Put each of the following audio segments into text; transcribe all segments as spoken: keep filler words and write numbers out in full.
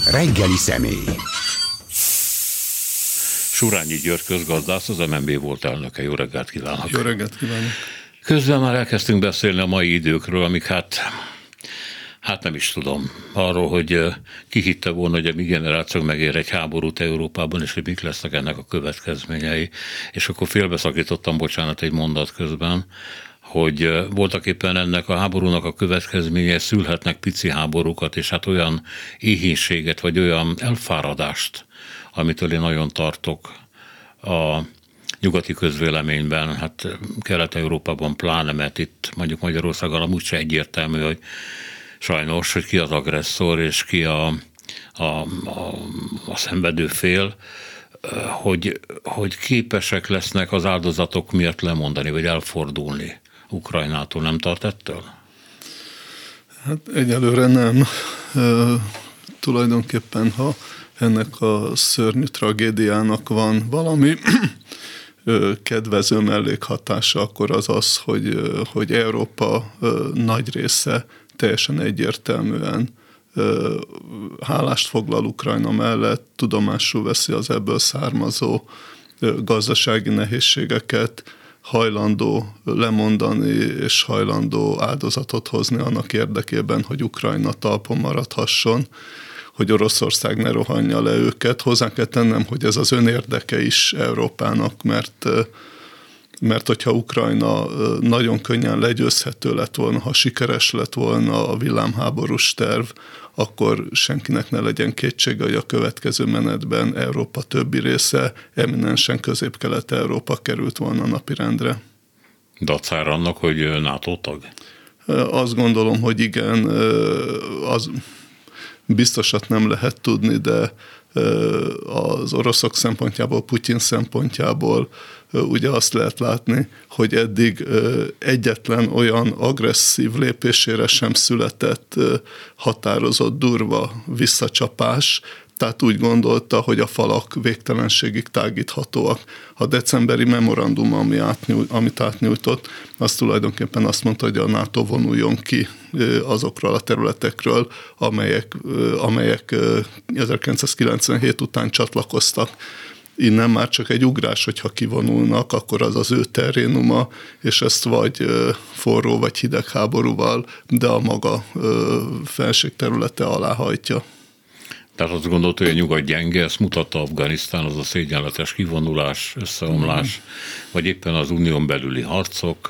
Reggeli személy. Surányi György közgazdász, az em en bé volt elnöke. Jó reggelt kívánok! Jó reggelt kívánok! Közben már elkezdtünk beszélni a mai időkről, amik hát, hát nem is tudom, arról, hogy ki hitte volna, hogy a mi generációnk megér egy háborút Európában, és hogy mik lesznek ennek a következményei. És akkor félbeszakítottam, bocsánat, egy mondat közben, hogy voltak éppen ennek a háborúnak a következménye szülhetnek pici háborúkat, és hát olyan éhínséget, vagy olyan elfáradást, amitől én nagyon tartok a nyugati közvéleményben, hát Kelet-Európában pláne, mert itt mondjuk Magyarországon amúgy se egyértelmű, hogy sajnos, hogy ki az agresszor, és ki a, a, a, a szenvedő fél, hogy, hogy képesek lesznek az áldozatok miatt lemondani, vagy elfordulni Ukrajnától. Nem tart ettől? Hát egyelőre nem. E, tulajdonképpen, ha ennek a szörnyű tragédiának van valami kedvező mellékhatása, akkor az az, hogy, hogy Európa nagy része teljesen egyértelműen hálást foglal Ukrajna mellett, tudomásul veszi az ebből származó gazdasági nehézségeket, hajlandó lemondani és hajlandó áldozatot hozni annak érdekében, hogy Ukrajna talpon maradhasson, hogy Oroszország ne rohanja le őket. Hozzá kell tennem, hogy ez az önérdeke is Európának, mert, mert hogyha Ukrajna nagyon könnyen legyőzhető lett volna, ha sikeres lett volna a villámháborús terv, akkor senkinek ne legyen kétsége, hogy a következő menetben Európa többi része, eminensen Közép-Kelet-Európa került volna napirendre. Dacára annak, hogy NATO tag? Azt gondolom, hogy igen, az biztosat nem lehet tudni, de az oroszok szempontjából, Putyin szempontjából ugye azt lehet látni, hogy eddig egyetlen olyan agresszív lépésére sem született határozott, durva visszacsapás, tehát úgy gondolta, hogy a falak végtelenségig tágíthatóak. A decemberi memorandum, ami átnyújt, amit átnyújtott, az tulajdonképpen azt mondta, hogy a NATO vonuljon ki azokról a területekről, amelyek, amelyek ezerkilencszázkilencvenhét után csatlakoztak. Innen már csak egy ugrás, hogyha kivonulnak, akkor az az ő terénuma, és ezt vagy forró vagy hidegháborúval, de a maga felségterülete alá hajtja. Tehát azt gondolta, hogy a nyugat gyenge, ezt mutatta Afganisztán, az a szégyenletes kivonulás, összeomlás, mm. vagy éppen az unión belüli harcok,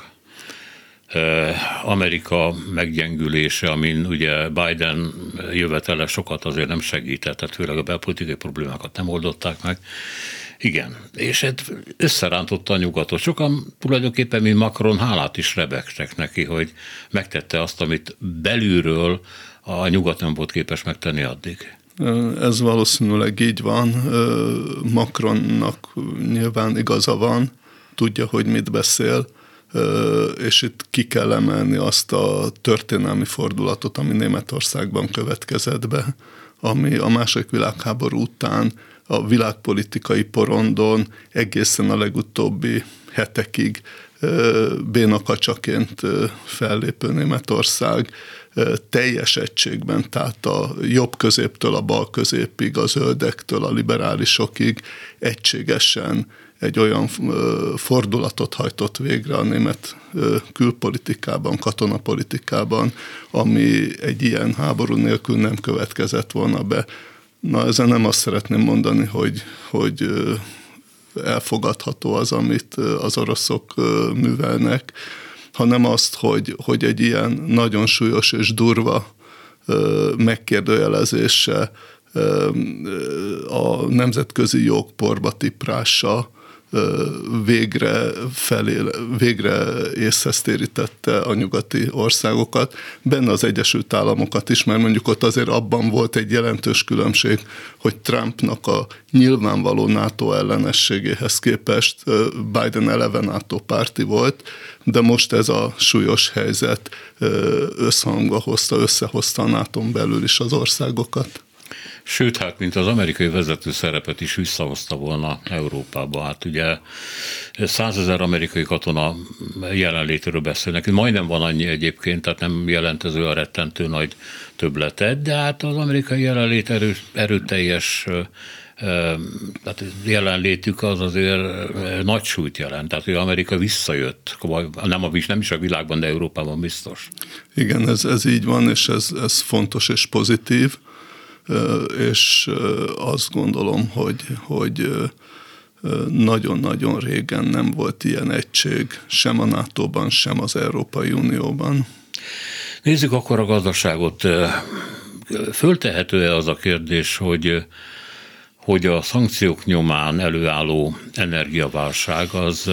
Amerika meggyengülése, amin ugye Biden jövetele sokat azért nem segített, tehát főleg a belpolitikai problémákat nem oldották meg. Igen, és hát összerántotta a nyugatot. Sokan tulajdonképpen, mint Macron, hálát is rebegtek neki, hogy megtette azt, amit belülről a nyugat nem volt képes megtenni addig. Ez valószínűleg így van. Macronnak nyilván igaza van, tudja, hogy mit beszél, és itt ki kell emelni azt a történelmi fordulatot, ami Németországban következett be, ami a második világháború után a világpolitikai porondon egészen a legutóbbi hetekig bénakacsaként fellépő Németország teljes egységben, tehát a jobb középtől a bal középig, a zöldektől a liberálisokig egységesen egy olyan fordulatot hajtott végre a német külpolitikában, katonapolitikában, ami egy ilyen háború nélkül nem következett volna be. Na, ezzel nem azt szeretném mondani, hogy, hogy elfogadható az, amit az oroszok művelnek, hanem azt, hogy, hogy egy ilyen nagyon súlyos és durva megkérdőjelezése, a nemzetközi jog porba tiprása végre, felé, végre észhez térítette a nyugati országokat, benne az Egyesült Államokat is, mert mondjuk ott azért abban volt egy jelentős különbség, hogy Trumpnak a nyilvánvaló NATO ellenességéhez képest Biden eleve NATO párti volt, de most ez a súlyos helyzet összhangba hozta, összehozta a nátón belül is az országokat. Sőt, hát mint az amerikai vezető szerepet is visszahozta volna Európába. Hát ugye százezer amerikai katona jelenlétéről beszélnek. Majdnem van annyi egyébként, tehát nem jelent ez olyan rettentő nagy többletet, de hát az amerikai jelenlét erő, erőteljes tehát jelenlétük az azért nagy súlyt jelent. Tehát, hogy Amerika visszajött, nem, a, nem is a világban, de Európában biztos. Igen, ez, ez így van, és ez, ez fontos és pozitív, és azt gondolom, hogy, hogy nagyon-nagyon régen nem volt ilyen egység, sem a nátóban, sem az Európai Unióban. Nézzük akkor a gazdaságot. Föltehető-e az a kérdés, hogy hogy a szankciók nyomán előálló energiaválság az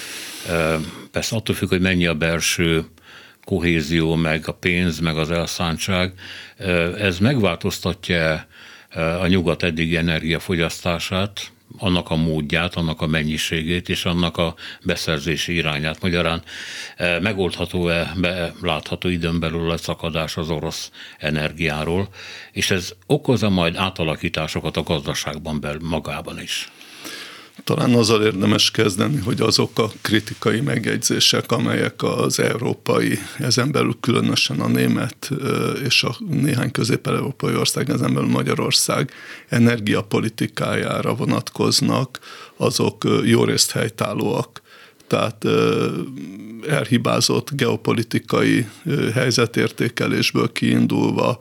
persze attól függ, hogy mennyi a belső kohézió, meg a pénz, meg az elszántság, ez megváltoztatja a nyugat eddigi energiafogyasztását, annak a módját, annak a mennyiségét és annak a beszerzési irányát. Magyarán megoldható-e, belátható időn belül a szakadás az orosz energiáról, és ez okozza majd átalakításokat a gazdaságban belül magában is. Talán azzal érdemes kezdeni, hogy azok a kritikai megjegyzések, amelyek az európai, ezen belül különösen a német és a néhány közép-európai ország, ezen belül Magyarország energiapolitikájára vonatkoznak, azok jó részt helytállóak. Tehát elhibázott geopolitikai helyzetértékelésből kiindulva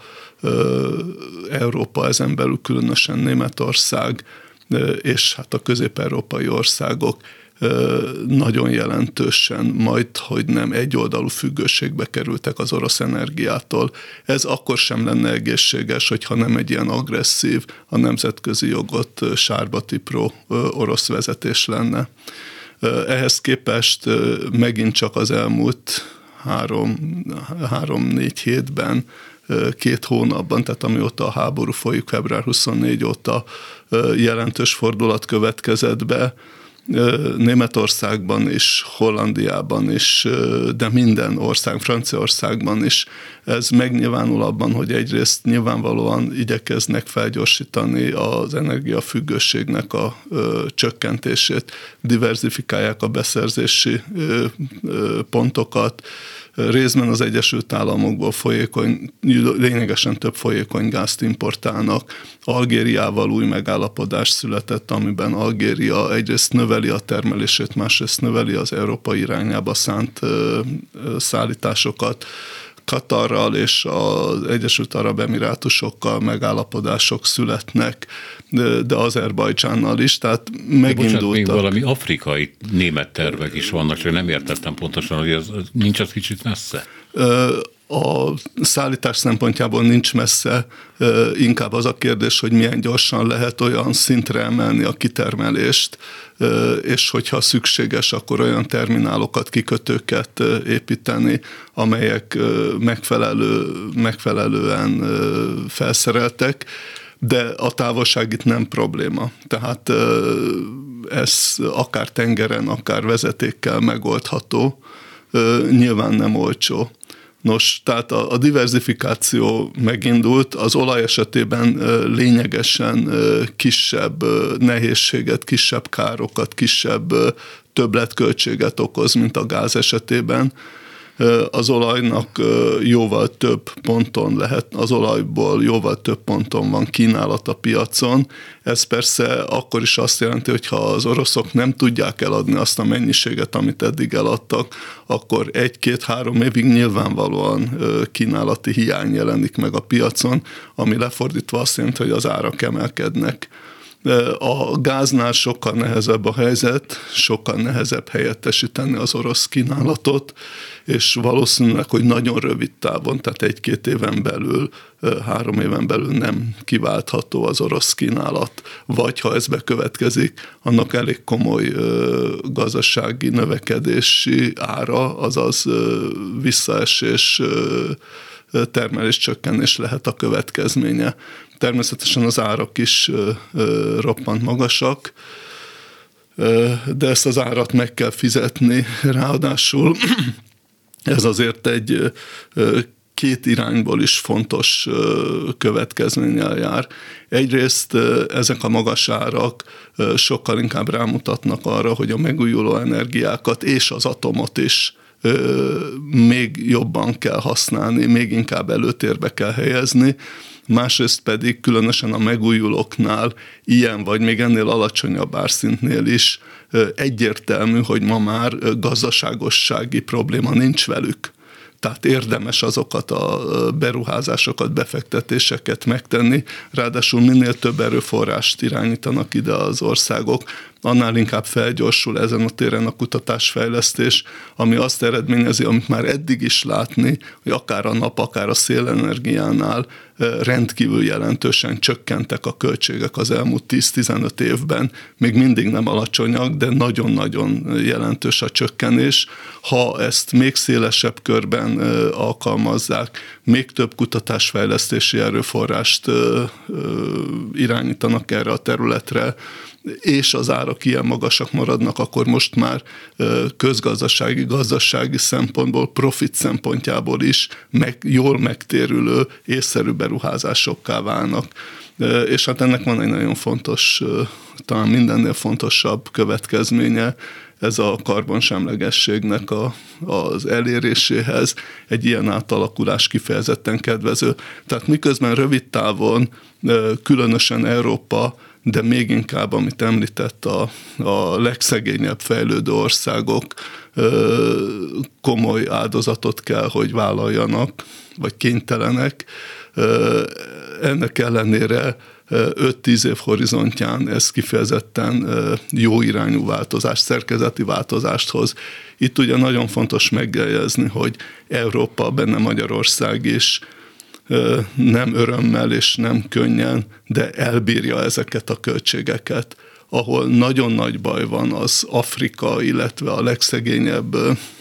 Európa, ezen belül különösen Németország, és hát a közép-európai országok nagyon jelentősen, majd hogy nem egyoldalú függőségbe kerültek az orosz energiától. Ez akkor sem lenne egészséges, hogyha nem egy ilyen agresszív, a nemzetközi jogot sárba tipró orosz vezetés lenne. Ehhez képest megint csak az elmúlt három, három-négy hétben, két hónapban, tehát amióta a háború folyik, február huszonnégyedike óta jelentős fordulat következett be, Németországban is, Hollandiában is, de minden ország, Franciaországban is. Ez megnyilvánul abban, hogy egyrészt nyilvánvalóan igyekeznek felgyorsítani az energiafüggőségnek a ö, csökkentését, diverzifikálják a beszerzési ö, ö, pontokat, részben az Egyesült Államokból folyékony, lényegesen több folyékony gázt importálnak. Algériával új megállapodás született, amiben Algéria egyrészt növeli a termelését, másrészt növeli az Európa irányába szánt szállításokat. Katarral és az Egyesült Arab Emirátusokkal megállapodások születnek, de, de Azerbajdzsánnal is, tehát megindultak. Bocsánat, még valami afrikai német tervek is vannak, csak nem értettem pontosan, hogy az, nincs az kicsit messze? A szállítás szempontjából nincs messze, inkább az a kérdés, hogy milyen gyorsan lehet olyan szintre emelni a kitermelést, és hogyha szükséges, akkor olyan terminálokat, kikötőket építeni, amelyek megfelelő, megfelelően felszereltek, de a távolság itt nem probléma. Tehát ez akár tengeren, akár vezetékkel megoldható, nyilván nem olcsó. Nos, tehát a, a diverzifikáció megindult, az olaj esetében lényegesen kisebb nehézséget, kisebb károkat, kisebb többletköltséget okoz, mint a gáz esetében. Az olajnak jóval több ponton lehet, az olajból jóval több ponton van kínálat a piacon. Ez persze akkor is azt jelenti, hogy ha az oroszok nem tudják eladni azt a mennyiséget, amit eddig eladtak, akkor egy-két-három évig nyilvánvalóan kínálati hiány jelenik meg a piacon, ami lefordítva azt jelenti, hogy az árak emelkednek. A gáznál sokkal nehezebb a helyzet, sokkal nehezebb helyettesíteni az orosz kínálatot, és valószínűleg, hogy nagyon rövid távon, tehát egy-két éven belül, három éven belül nem kiváltható az orosz kínálat, vagy ha ez bekövetkezik, annak elég komoly gazdasági növekedési ára, azaz visszaesés, termelés csökkenés lehet a következménye. Természetesen az árak is roppant magasak, de ezt az árat meg kell fizetni. Ráadásul ez azért egy két irányból is fontos következménnyel jár. Egyrészt ezek a magas árak sokkal inkább rámutatnak arra, hogy a megújuló energiákat és az atomot is még jobban kell használni, még inkább előtérbe kell helyezni, másrészt pedig különösen a megújulóknál ilyen vagy még ennél alacsonyabb árszintnél is egyértelmű, hogy ma már gazdaságossági probléma nincs velük. Tehát érdemes azokat a beruházásokat, befektetéseket megtenni, ráadásul minél több erőforrást irányítanak ide az országok, annál inkább felgyorsul ezen a téren a kutatásfejlesztés, ami azt eredményezi, amit már eddig is látni, hogy akár a nap, akár a szélenergiánál rendkívül jelentősen csökkentek a költségek az elmúlt tíz-tizenöt évben. Még mindig nem alacsonyak, de nagyon-nagyon jelentős a csökkenés. Ha ezt még szélesebb körben alkalmazzák, még több kutatásfejlesztési erőforrást irányítanak erre a területre, és az árak ilyen magasak maradnak, akkor most már közgazdasági, gazdasági szempontból, profit szempontjából is meg, jól megtérülő, észszerű beruházásokká válnak. És hát ennek van egy nagyon fontos, talán mindennél fontosabb következménye, ez a karbonsemlegességnek a, az eléréséhez egy ilyen átalakulás kifejezetten kedvező. Tehát miközben rövid távon, különösen Európa, de még inkább, amit említett, a, a legszegényebb fejlődő országok ö, komoly áldozatot kell, hogy vállaljanak, vagy kénytelenek. Ö, ennek ellenére öt-tíz év horizontján ez kifejezetten jó irányú változás, szerkezeti változást hoz. Itt ugye nagyon fontos megjegyezni, hogy Európa, benne Magyarország is nem örömmel és nem könnyen, de elbírja ezeket a költségeket. Ahol nagyon nagy baj van, az Afrika, illetve a legszegényebb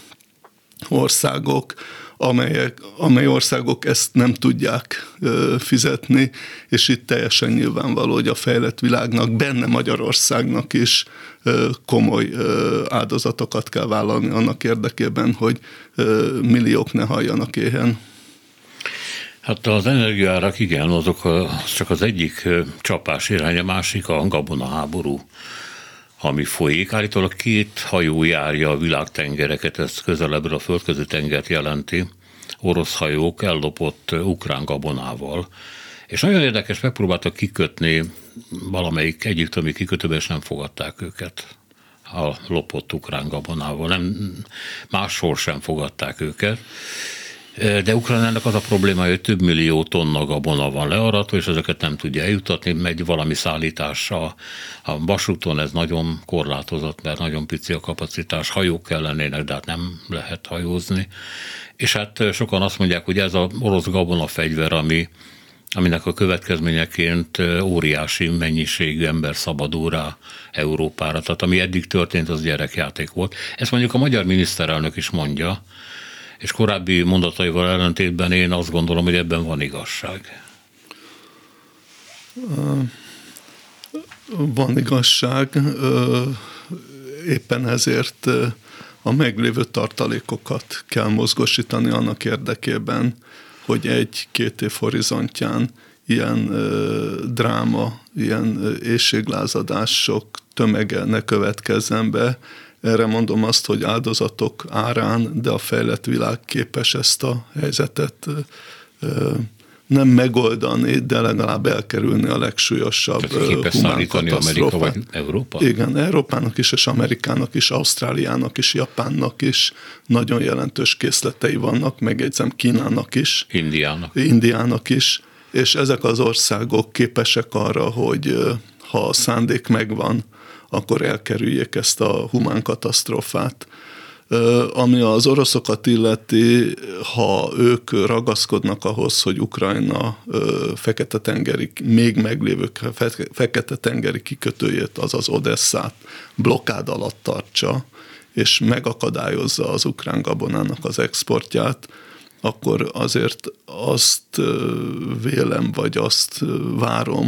országok, amelyek, amely országok ezt nem tudják fizetni, és itt teljesen nyilvánvaló, hogy a fejlett világnak, benne Magyarországnak is komoly áldozatokat kell vállalni annak érdekében, hogy milliók ne halljanak éhen. Hát az energiaárak, igen, azok az csak az egyik csapás irány, a másik a gabonaháború, ami folyik. Állítólag két hajó járja a világtengereket, ez közelebbről a földközi tengert jelenti, orosz hajók ellopott ukrán gabonával. És nagyon érdekes, megpróbáltak kikötni valamelyik egyiptomi kikötőbe, és nem fogadták őket a lopott ukrán gabonával. Nem, máshol sem fogadták őket. De Ukrajnának az a probléma, hogy több millió tonna gabona van learatva, és ezeket nem tudja eljutatni, megy valami szállítása. A vasúton ez nagyon korlátozott, mert nagyon pici a kapacitás, hajók kellenének, de hát nem lehet hajózni. És hát sokan azt mondják, hogy ez az orosz gabona fegyver, ami, aminek a következményeként óriási mennyiségű ember szabadul rá Európára. Tehát ami eddig történt, az gyerekjáték volt. Ezt mondjuk a magyar miniszterelnök is mondja, és korábbi mondataival ellentétben én azt gondolom, hogy ebben van igazság. Van igazság, éppen ezért a meglévő tartalékokat kell mozgósítani annak érdekében, hogy egy-két év horizontján ilyen dráma, ilyen éhséglázadások tömege ne következzen be. Erre mondom azt, hogy áldozatok árán, de a fejlett világ képes ezt a helyzetet nem megoldani, de legalább elkerülni a legsúlyosabb humán Amerika vagy Európa? Igen, Európának is, és Amerikának is, Ausztráliának is, Japánnak is nagyon jelentős készletei vannak, megjegyzem Kínának is. Indiának. Indiának is, és ezek az országok képesek arra, hogy ha a szándék megvan, akkor elkerüljék ezt a humán katasztrófát. Ami az oroszokat illeti, ha ők ragaszkodnak ahhoz, hogy Ukrajna fekete-tengeri, még meglévő fekete-tengeri kikötőjét, azaz Odesszát blokkád alatt tartsa, és megakadályozza az ukrán gabonának az exportját, akkor azért azt vélem, vagy azt várom,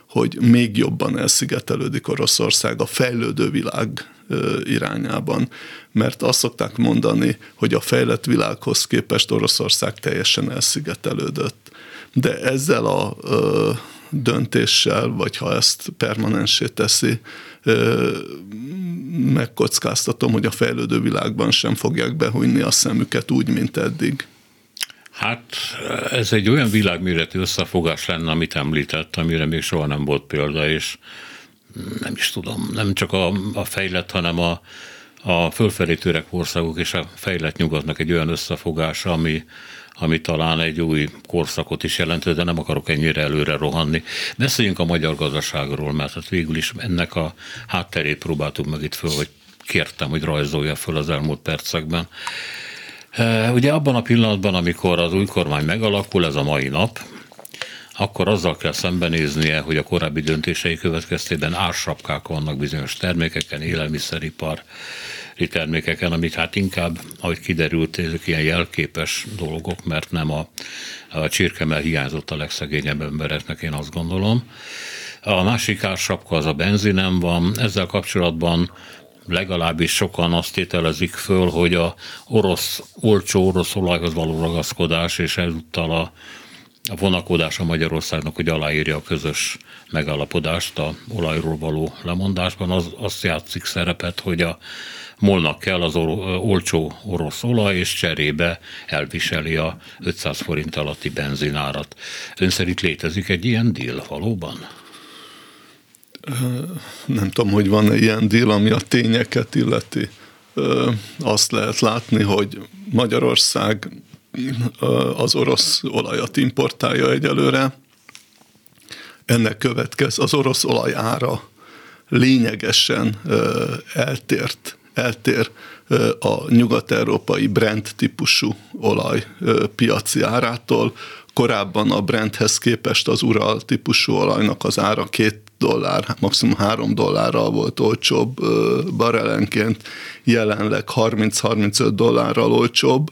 hogy még jobban elszigetelődik Oroszország a fejlődő világ irányában. Mert azt szokták mondani, hogy a fejlett világhoz képest Oroszország teljesen elszigetelődött. De ezzel a ö, döntéssel, vagy ha ezt permanensé teszi, ö, megkockáztatom, hogy a fejlődő világban sem fogják behújni a szemüket úgy, mint eddig. Hát ez egy olyan világméretű összefogás lenne, amit említett, amire még soha nem volt példa, és nem is tudom, nem csak a, a fejlett, hanem a, a fölfelé törekvő országok és a fejlett nyugatnak egy olyan összefogása, ami, ami talán egy új korszakot is jelentő, de nem akarok ennyire előre rohanni. Beszéljünk a magyar gazdaságról, mert hát végül is ennek a hátterét próbáltuk meg itt föl, vagy kértem, hogy rajzolja föl az elmúlt percekben. Ugye abban a pillanatban, amikor az új kormány megalakul, ez a mai nap, akkor azzal kell szembenéznie, hogy a korábbi döntései következtében ársapkák vannak bizonyos termékeken, élelmiszeripari termékeken, amik hát inkább, ahogy kiderült, ezek ilyen jelképes dolgok, mert nem a, a csirkemell hiányzott a legszegényebb embereknek, én azt gondolom. A másik ársapka az a benzinem van, ezzel kapcsolatban legalábbis sokan azt tételezik föl, hogy a orosz, olcsó orosz olajhoz való ragaszkodás, és ezúttal a, a vonakodás a Magyarországnak, hogy aláírja a közös megállapodást a olajról való lemondásban, az azt játszik szerepet, hogy a molnak kell az or, olcsó orosz olaj, és cserébe elviseli a ötszáz forint alatti benzinárat. Ön szerint létezik egy ilyen deal valóban? Nem tudom, hogy van-e ilyen deal, ami a tényeket illeti. Azt lehet látni, hogy Magyarország az orosz olajat importálja egyelőre. Ennek következ az orosz olaj ára lényegesen eltért, eltér a nyugat-európai Brent típusú olaj piaci árától. Korábban a Brenthez képest az Ural típusú olajnak az ára két dollár, maximum három dollárral volt olcsóbb barrelenként, jelenleg harminc-harmincöt dollárral olcsóbb,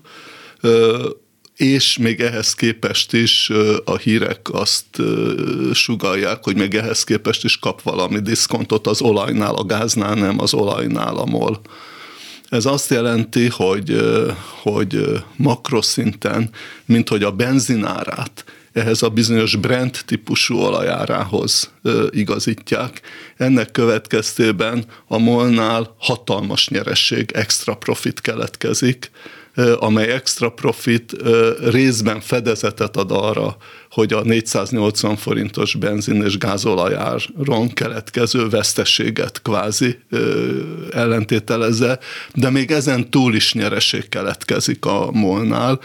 és még ehhez képest is a hírek azt sugallják, hogy még ehhez képest is kap valami diszkontot az olajnál, a gáznál, nem az olajnál a MOL. Ez azt jelenti, hogy, hogy makroszinten, mint hogy a benzinárát ehhez a bizonyos Brent típusú olajárához igazítják. Ennek következtében a MOL-nál hatalmas nyeresség, extra profit keletkezik, amely extra profit részben fedezetet ad arra, hogy a négyszáznyolcvan forintos benzin és gázolajáron keletkező veszteséget kvázi ellentételezze, de még ezen túl is nyereség keletkezik a MOL-nál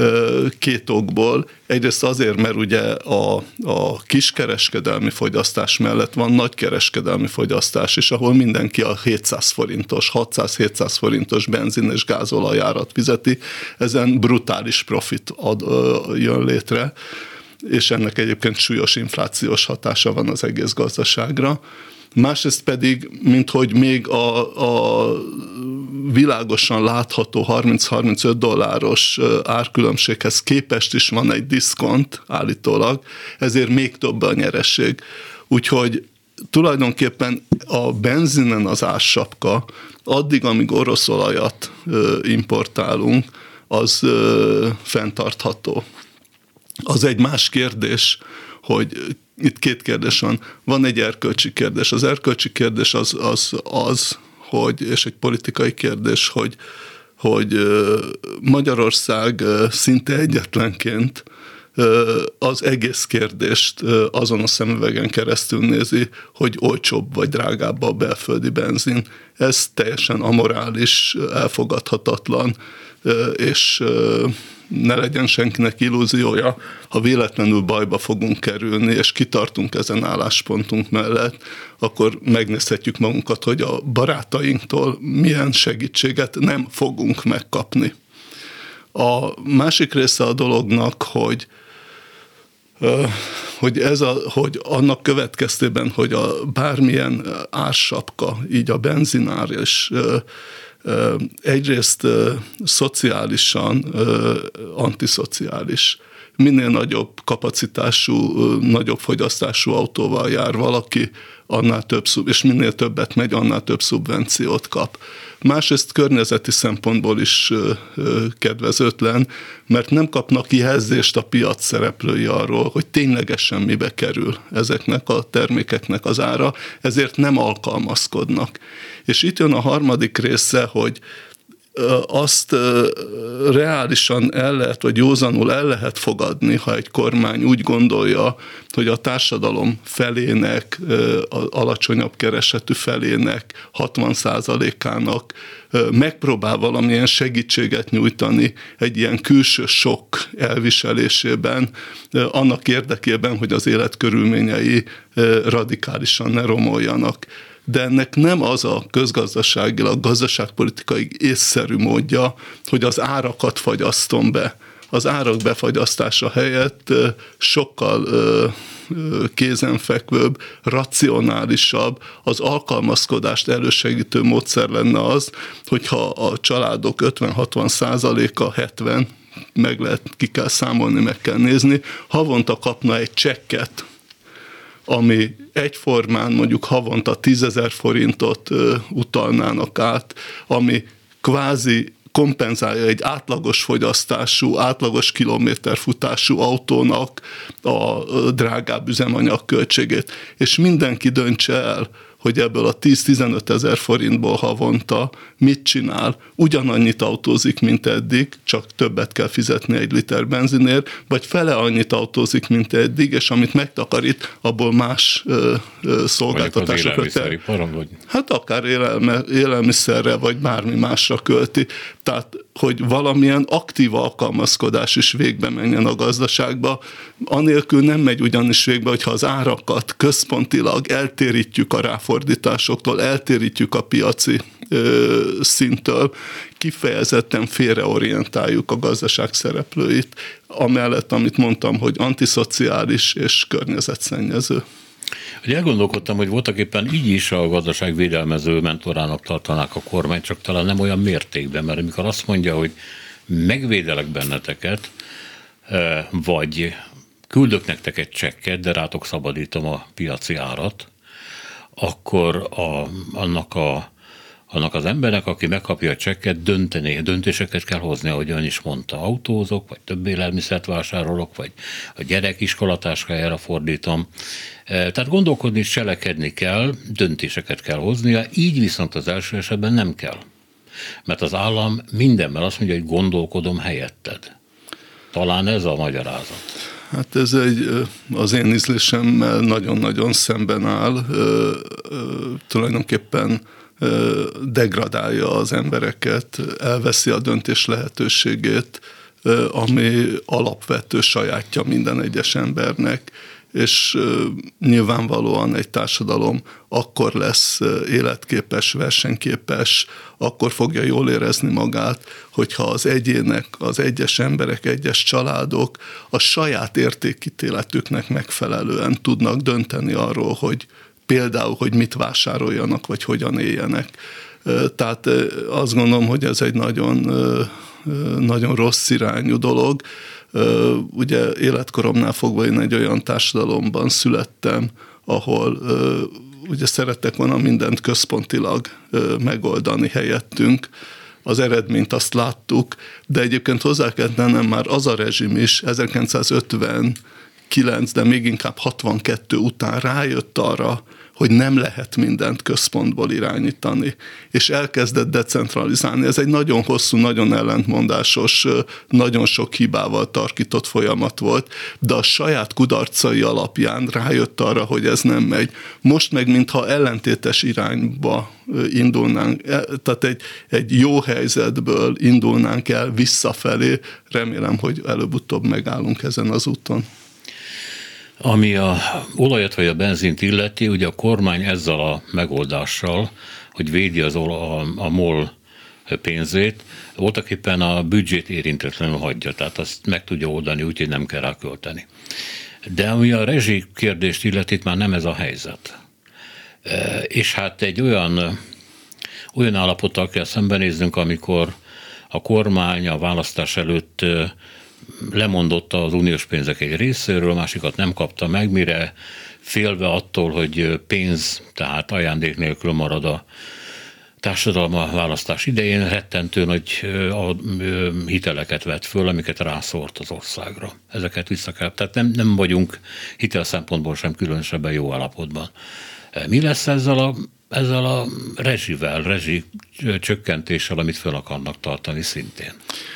két okból. Egyrészt azért, mert ugye a, a kiskereskedelmi fogyasztás mellett van nagykereskedelmi fogyasztás is, ahol mindenki a hétszáz forintos, hatszáz-hétszáz forintos benzin és gázolajárat fizeti. Ezen brutális profit ad, jön létre, és ennek egyébként súlyos inflációs hatása van az egész gazdaságra. Másrészt pedig, minthogy még a, a világosan látható harminc-harmincöt dolláros árkülönbséghez képest is van egy diszkont állítólag, ezért még több a nyeresség. Úgyhogy tulajdonképpen a benzinen az ársapka, addig, amíg orosz olajat importálunk, az fenntartható. Az egy más kérdés, hogy itt két kérdés van. Van egy erkölcsi kérdés. Az erkölcsi kérdés az az, az hogy, és egy politikai kérdés, hogy, hogy Magyarország szinte egyetlenként az egész kérdést azon a szemüvegen keresztül nézi, hogy olcsóbb vagy drágább a belföldi benzin. Ez teljesen amorális, elfogadhatatlan, és ne legyen senkinek illúziója, ha véletlenül bajba fogunk kerülni, és kitartunk ezen álláspontunk mellett, akkor megnézhetjük magunkat, hogy a barátainktól milyen segítséget nem fogunk megkapni. A másik része a dolognak, hogy hogy, ez a, hogy annak következtében, hogy a bármilyen ársapka, így a benzinár és egyrészt szociálisan antiszociális, minél nagyobb kapacitású, nagyobb fogyasztású autóval jár valaki, annál több szub, és minél többet megy, annál több szubvenciót kap. Másrészt környezeti szempontból is kedvezőtlen, mert nem kapnak jelzést a piac szereplői arról, hogy ténylegesen mibe kerül ezeknek a termékeknek az ára, ezért nem alkalmazkodnak. És itt jön a harmadik része, hogy azt reálisan el lehet, vagy józanul el lehet fogadni, ha egy kormány úgy gondolja, hogy a társadalom felének, az alacsonyabb keresetű felének, hatvan százalékának megpróbál valamilyen segítséget nyújtani egy ilyen külső sok elviselésében, annak érdekében, hogy az életkörülményei radikálisan ne romoljanak. De ennek nem az a közgazdaságilag, gazdaságpolitikai észszerű módja, hogy az árakat fagyasztom be. Az árak befagyasztása helyett sokkal kézenfekvőbb, racionálisabb, az alkalmazkodást elősegítő módszer lenne az, hogyha a családok ötven-hatvan százaléka, hetven, meg lehet, ki kell számolni, meg kell nézni, havonta kapna egy csekket, ami egyformán mondjuk havonta tízezer forintot ö, utalnának át, ami kvázi kompenzálja egy átlagos fogyasztású, átlagos kilométerfutású autónak a drágább üzemanyag költségét. És mindenki döntse el, hogy ebből a tíz-tizenöt ezer forintból havonta mit csinál. Ugyanannyit autózik, mint eddig, csak többet kell fizetni egy liter benzinért, vagy fele annyit autózik, mint eddig, és amit megtakarít, abból más ö, ö, szolgáltatásokra. Vagy... Hát akár élelme, élelmiszerre, vagy bármi másra költi. Tehát, hogy valamilyen aktív alkalmazkodás is végbe menjen a gazdaságba, anélkül nem megy ugyanis végbe, hogyha az árakat központilag eltérítjük a ráfordításoktól, eltérítjük a piaci ö, szinttől, kifejezetten félreorientáljuk a gazdaság szereplőit, amellett, amit mondtam, hogy antiszociális és környezetszennyező. Ugye elgondolkodtam, hogy voltak éppen így is a gazdaság védelmező mentorának tartanák a kormány, csak talán nem olyan mértékben, mert amikor azt mondja, hogy megvédelek benneteket, vagy küldök nektek egy csekket, de rátok szabadítom a piaci árat, akkor a, annak, a, annak az embernek, aki megkapja a csekket, dönteni, döntéseket kell hozni, ahogy ön is mondta, autózok, vagy több élelmiszert vásárolok, vagy a gyerek iskolatáskájára fordítom. Tehát gondolkodni és cselekedni kell, döntéseket kell hoznia, így viszont az első esetben nem kell. Mert az állam mindenben azt mondja, hogy gondolkodom helyetted. Talán ez a magyarázat. Hát ez egy, az én ízlésemmel nagyon-nagyon szemben áll. Tulajdonképpen degradálja az embereket, elveszi a döntés lehetőségét, ami alapvető sajátja minden egyes embernek, és nyilvánvalóan egy társadalom akkor lesz életképes, versenyképes, akkor fogja jól érezni magát, hogyha az egyének, az egyes emberek, egyes családok a saját értékítéletüknek megfelelően tudnak dönteni arról, hogy például, hogy mit vásároljanak, vagy hogyan éljenek. Tehát azt gondolom, hogy ez egy nagyon, nagyon rossz irányú dolog. Ugye életkoromnál fogva én egy olyan társadalomban születtem, ahol ugye szerettek volna mindent központilag megoldani helyettünk. Az eredményt azt láttuk, de egyébként hozzá kell tennem, már az a rezsim is ezerkilencszázötvenkilenc, de még inkább hatvankettő után rájött arra, hogy nem lehet mindent központból irányítani, és elkezdett decentralizálni. Ez egy nagyon hosszú, nagyon ellentmondásos, nagyon sok hibával tarkított folyamat volt, de a saját kudarcai alapján rájött arra, hogy ez nem megy. Most meg, mintha ellentétes irányba indulnánk, tehát egy, egy jó helyzetből indulnánk el visszafelé. Remélem, hogy előbb-utóbb megállunk ezen az úton. Ami a olajat vagy a benzint illeti, ugye a kormány ezzel a megoldással, hogy védi az a, a MOL pénzét, voltak éppen a büdzsét érintetlenül hagyja, tehát azt meg tudja oldani, úgyhogy nem kell rá költeni. De ami a rezsi kérdést illeti, itt már nem ez a helyzet. És hát egy olyan, olyan állapottal kell szembenéznünk, amikor a kormány a választás előtt lemondott az uniós pénzek egy részéről, másikat nem kapta meg, mire félve attól, hogy pénz, tehát ajándék nélkül marad a társadalma választás idején, rettentő nagy a hiteleket vett föl, amiket rászórt az országra. Ezeket vissza kell. Tehát nem, nem vagyunk hitel szempontból sem különösebben jó állapotban. Mi lesz ezzel a, ezzel a rezsivel, rezsi csökkentéssel, amit föl akarnak tartani szintén?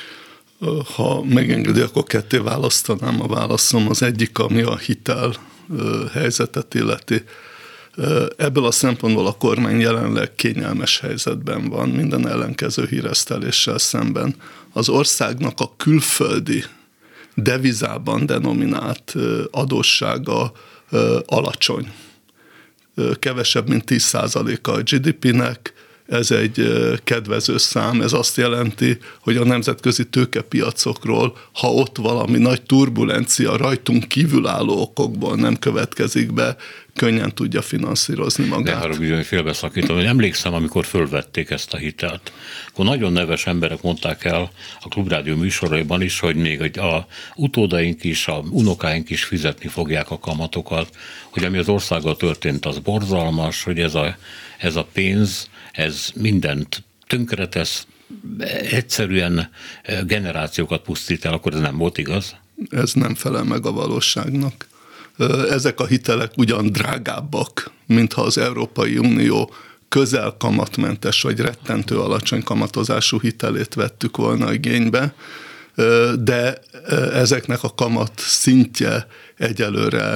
Ha megengedi, akkor ketté választanám a válaszom. Az egyik, ami a hitel helyzetet illeti. Ebből a szempontból a kormány jelenleg kényelmes helyzetben van minden ellenkező híreszteléssel szemben. Az országnak a külföldi devizában denominált adóssága alacsony. Kevesebb, mint tíz százaléka a gé dé pének, ez egy kedvező szám, ez azt jelenti, hogy a nemzetközi tőkepiacokról, ha ott valami nagy turbulencia rajtunk kívülálló okokból nem következik be, könnyen tudja finanszírozni magát. De arra bizony félbeszakítom, hogy emlékszem, amikor fölvették ezt a hitelt, akkor nagyon neves emberek mondták el a Klubrádió műsoraiban is, hogy még a utódaink is, a unokáink is fizetni fogják a kamatokat, hogy ami az országgal történt, az borzalmas, hogy ez a, ez a pénz, ez mindent tönkretesz, egyszerűen generációkat pusztít el, akkor ez nem volt igaz? Ez nem felel meg a valóságnak. Ezek a hitelek ugyan drágábbak, mintha az Európai Unió közel kamatmentes vagy rettentő alacsony kamatozású hitelét vettük volna igénybe, de ezeknek a kamat szintje egyelőre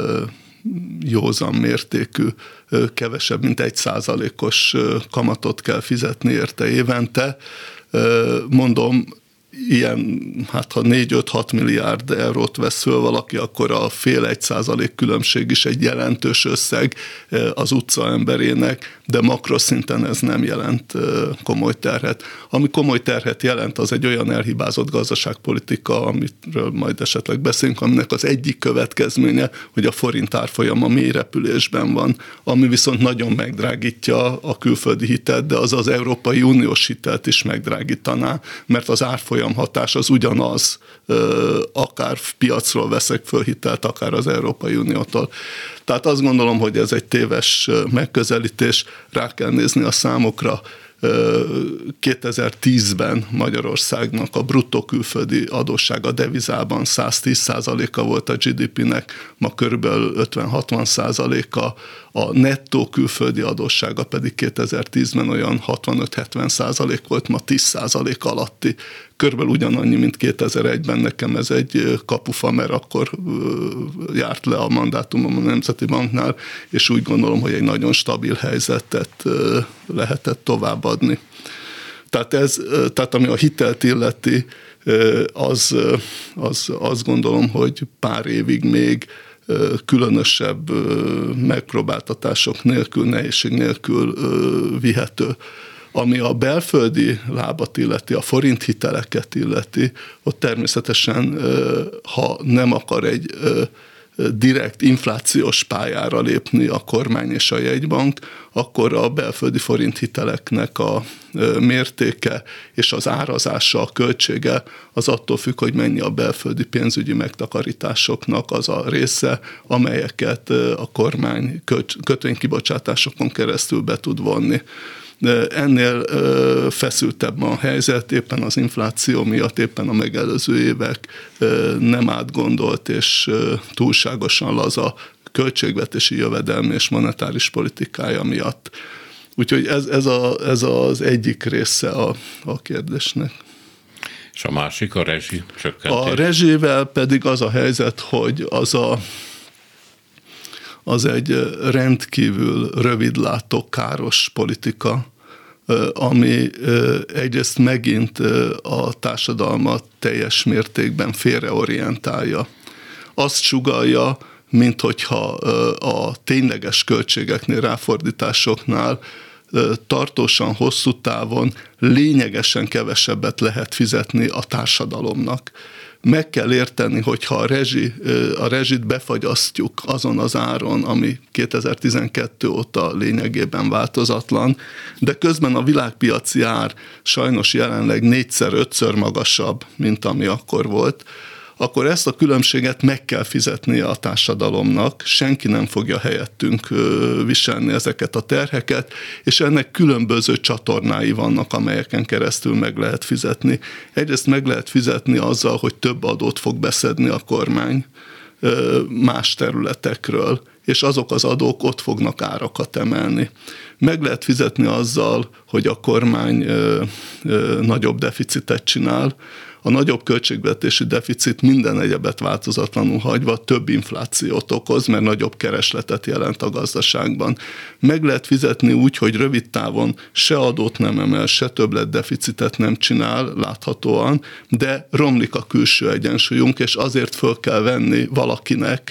józan mértékű, kevesebb, mint egy százalékos kamatot kell fizetni érte évente. Mondom, ilyen, hát ha négy-öt-hat milliárd eurót vesz föl valaki, akkor a fél egy százalék különbség is egy jelentős összeg az utca emberének, de makroszinten ez nem jelent komoly terhet. Ami komoly terhet jelent, az egy olyan elhibázott gazdaságpolitika, amiről majd esetleg beszélünk, aminek az egyik következménye, hogy a forint árfolyama mély repülésben van, ami viszont nagyon megdrágítja a külföldi hitelt, de az az Európai Uniós hitelt is megdrágítaná, mert az árfolyam hatás az ugyanaz, akár piacról veszek föl hitelt, akár az Európai Uniótól. Tehát azt gondolom, hogy ez egy téves megközelítés, rá kell nézni a számokra. kétezer-tízben Magyarországnak a bruttó külföldi adóssága devizában száztíz százaléka volt a gé dé pének, ma körülbelül ötven-hatvan százaléka, a nettó külföldi adóssága pedig kétezer-tízben olyan hatvanöt-hetven százalék volt, ma tíz százalék alatti. Körülbelül ugyanannyi, mint kétezer-egyben, nekem ez egy kapufa, mert akkor járt le a mandátumom a Nemzeti Banknál, és úgy gondolom, hogy egy nagyon stabil helyzetet lehetett továbbadni. Tehát, ez, tehát ami a hitelt illeti, az, az azt gondolom, hogy pár évig még különösebb megpróbáltatások nélkül, nehézség nélkül vihető. Ami a belföldi lábat illeti, a forint hiteleket illeti, ott természetesen, ha nem akar egy direkt inflációs pályára lépni a kormány és a jegybank, akkor a belföldi forint hiteleknek a mértéke és az árazása, a költsége az attól függ, hogy mennyi a belföldi pénzügyi megtakarításoknak az a része, amelyeket a kormány kötvénykibocsátásokon keresztül be tud vonni. Ennél feszültebb a helyzet, éppen az infláció miatt, éppen a megelőző évek nem átgondolt és túlságosan laza költségvetési jövedelmi és monetáris politikája miatt. Úgyhogy ez, ez, a, ez az egyik része a, a kérdésnek. És a másik a rezsi csökkentés. A rezsivel pedig az a helyzet, hogy az a az egy rendkívül rövidlátó, káros politika, ami egyrészt megint a társadalmat teljes mértékben félreorientálja. Azt sugallja, mint hogyha a tényleges költségeknél, ráfordításoknál tartósan, hosszú távon lényegesen kevesebbet lehet fizetni a társadalomnak. Meg kell érteni, hogyha a, rezsi, a rezsit befagyasztjuk azon az áron, ami kétezer-tizenkettő óta lényegében változatlan, de közben a világpiaci ár sajnos jelenleg négyszer, ötször magasabb, mint ami akkor volt, akkor ezt a különbséget meg kell fizetnie a társadalomnak, senki nem fogja helyettünk viselni ezeket a terheket, és ennek különböző csatornái vannak, amelyeken keresztül meg lehet fizetni. Egyrészt meg lehet fizetni azzal, hogy több adót fog beszedni a kormány más területekről, és azok az adók ott fognak árakat emelni. Meg lehet fizetni azzal, hogy a kormány ö, ö, nagyobb deficitet csinál. A nagyobb költségvetési deficit minden egyebet változatlanul hagyva több inflációt okoz, mert nagyobb keresletet jelent a gazdaságban. Meg lehet fizetni úgy, hogy rövid távon se adót nem emel, se többlet deficitet nem csinál láthatóan, de romlik a külső egyensúlyunk, és azért föl kell venni valakinek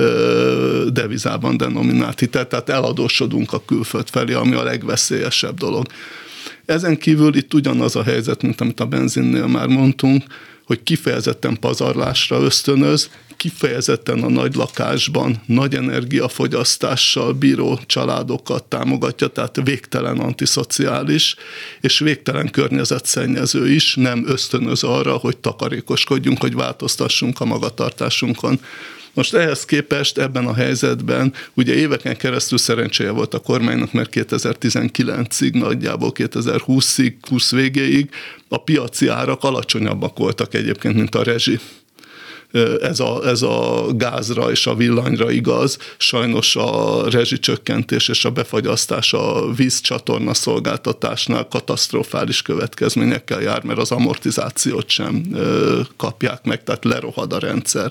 ö, devizában denominált hitelt, tehát eladósodunk a külföld felé, ami a legveszélyesebb dolog. Ezen kívül itt ugyanaz a helyzet, mint amit a benzinnél már mondtunk, hogy kifejezetten pazarlásra ösztönöz, kifejezetten a nagy lakásban, nagy energiafogyasztással bíró családokat támogatja, tehát végtelen antiszociális, és végtelen környezetszennyező is, nem ösztönöz arra, hogy takarékoskodjunk, hogy változtassunk a magatartásunkon. Most ehhez képest ebben a helyzetben ugye éveken keresztül szerencséje volt a kormánynak, mert kétezer-tizenkilencig, nagyjából kétezer-húszig, húsz végéig a piaci árak alacsonyabbak voltak egyébként, mint a rezsi. Ez a, ez a gázra és a villanyra igaz. Sajnos a rezsicsökkentés és a befagyasztás a vízcsatorna szolgáltatásnál katasztrofális következményekkel jár, mert az amortizációt sem kapják meg, tehát lerohad a rendszer.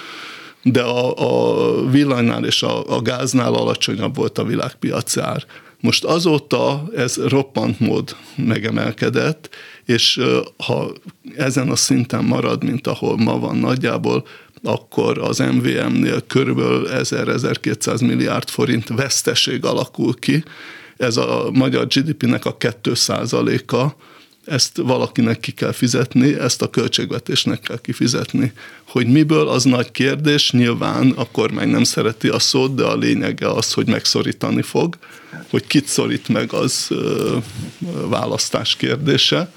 De a, a villanynál és a, a gáznál alacsonyabb volt a világpiaci ár. Most azóta ez roppant mód megemelkedett, és ha ezen a szinten marad, mint ahol ma van nagyjából, akkor az em vé em-nél körülbelül ezer-ezerkétszáz milliárd forint veszteség alakul ki. Ez a magyar gé dé pé-nek a két százaléka, ezt valakinek ki kell fizetni, ezt a költségvetésnek kell kifizetni. Hogy miből, az nagy kérdés, nyilván a kormány nem szereti a szót, de a lényege az, hogy megszorítani fog. Hogy kit szorít meg, az ö, választás kérdése.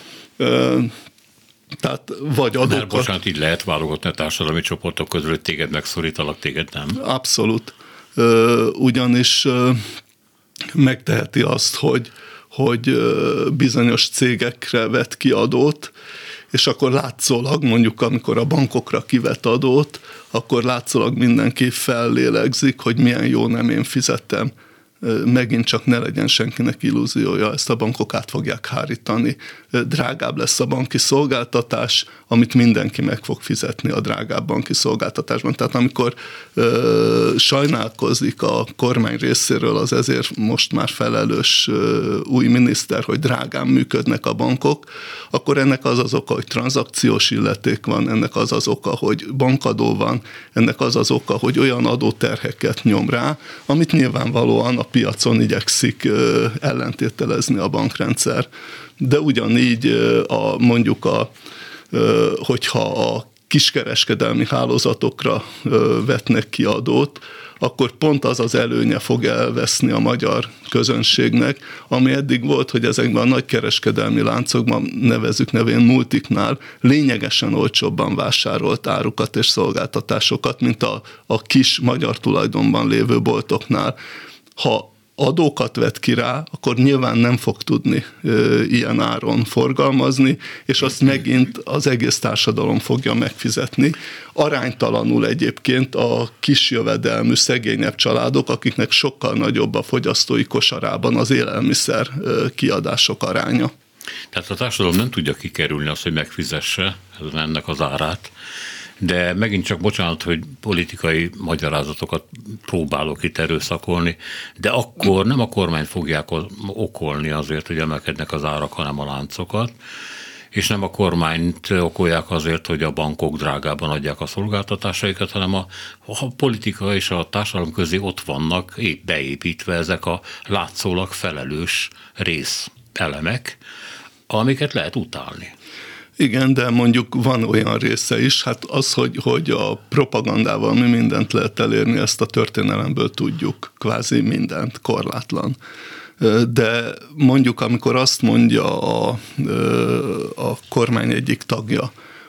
Ö, tehát vagy adókat... Mert bocsánat, így lehet válogatni a társadalmi csoportok közül, hogy téged megszorítalak, téged nem? Abszolút. Ö, ugyanis ö, megteheti azt, hogy hogy bizonyos cégekre vet ki adót, és akkor látszólag, mondjuk amikor a bankokra kivet adót, akkor látszólag mindenki fellélegzik, hogy milyen jó, nem én fizettem. Megint csak ne legyen senkinek illúziója, ezt a bankok át fogják hárítani. Drágább lesz a banki szolgáltatás, amit mindenki meg fog fizetni a drágább banki szolgáltatásban. Tehát amikor ö, sajnálkozik a kormány részéről az ezért most már felelős ö, új miniszter, hogy drágán működnek a bankok, akkor ennek az az oka, hogy tranzakciós illeték van, ennek az az oka, hogy bankadó van, ennek az az oka, hogy olyan adóterheket nyom rá, amit nyilvánvalóan a piacon igyekszik ö, ellentételezni a bankrendszer. De ugyanígy a, mondjuk, a, hogyha a kiskereskedelmi hálózatokra vetnek ki adót, akkor pont az az előnye fog elveszni a magyar közönségnek, ami eddig volt, hogy ezekben a nagy kereskedelmi láncokban, nevezzük nevén multiknál, lényegesen olcsóbban vásárolt árukat és szolgáltatásokat, mint a, a kis magyar tulajdonban lévő boltoknál. Ha adókat vet ki rá, akkor nyilván nem fog tudni ö, ilyen áron forgalmazni, és azt megint az egész társadalom fogja megfizetni. Aránytalanul egyébként a kis jövedelmű, szegényebb családok, akiknek sokkal nagyobb a fogyasztói kosarában az élelmiszer ö, kiadások aránya. Tehát a társadalom nem tudja kikerülni azt, hogy megfizesse ennek az árát, de megint csak bocsánat, hogy politikai magyarázatokat próbálok itt erőszakolni, de akkor nem a kormány fogják okolni azért, hogy emelkednek az árak, hanem a láncokat, és nem a kormányt okolják azért, hogy a bankok drágában adják a szolgáltatásaikat, hanem a, a politika és a társadalom közé ott vannak épp beépítve ezek a látszólag felelős részelemek, amiket lehet utálni. Igen, de mondjuk van olyan része is, hát az, hogy, hogy a propagandával mi mindent lehet elérni, ezt a történelemből tudjuk, kvázi mindent, korlátlan. De mondjuk, amikor azt mondja a, a kormány egyik tagja,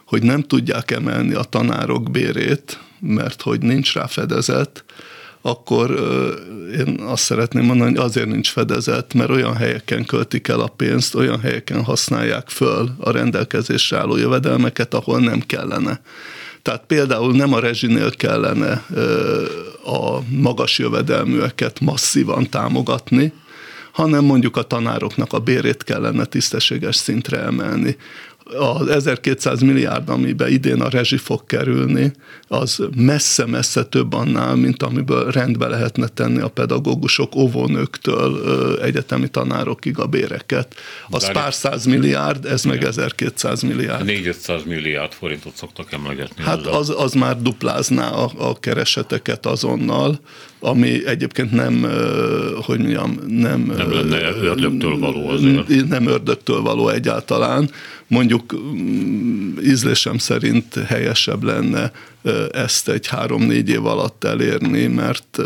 hogy nem tudják emelni a tanárok bérét, mert hogy nincs rá fedezet, akkor én azt szeretném mondani, hogy azért nincs fedezet, mert olyan helyeken költik el a pénzt, olyan helyeken használják föl a rendelkezésre álló jövedelmeket, ahol nem kellene. Tehát például nem a rezsinél kellene a magas jövedelműeket masszívan támogatni, hanem mondjuk a tanároknak a bérét kellene tisztességes szintre emelni. Az ezerkétszáz milliárd, amiben idén a rezsi fog kerülni, az messze-messze több annál, mint amiből rendbe lehetne tenni a pedagógusok, óvónőktől egyetemi tanárokig a béreket. Az Bár pár száz milliárd, ez igen. meg ezerkétszáz milliárd. négy-ötszáz milliárd forintot szoktak emlegetni. Hát az, az már duplázná a, a kereseteket azonnal, ami egyébként nem, hogy mondjam, nem... Nem lenne ördögtől való azért. Nem ördögtől való egyáltalán. Mondjuk ízlésem szerint helyesebb lenne ezt egy három-négy év alatt elérni, mert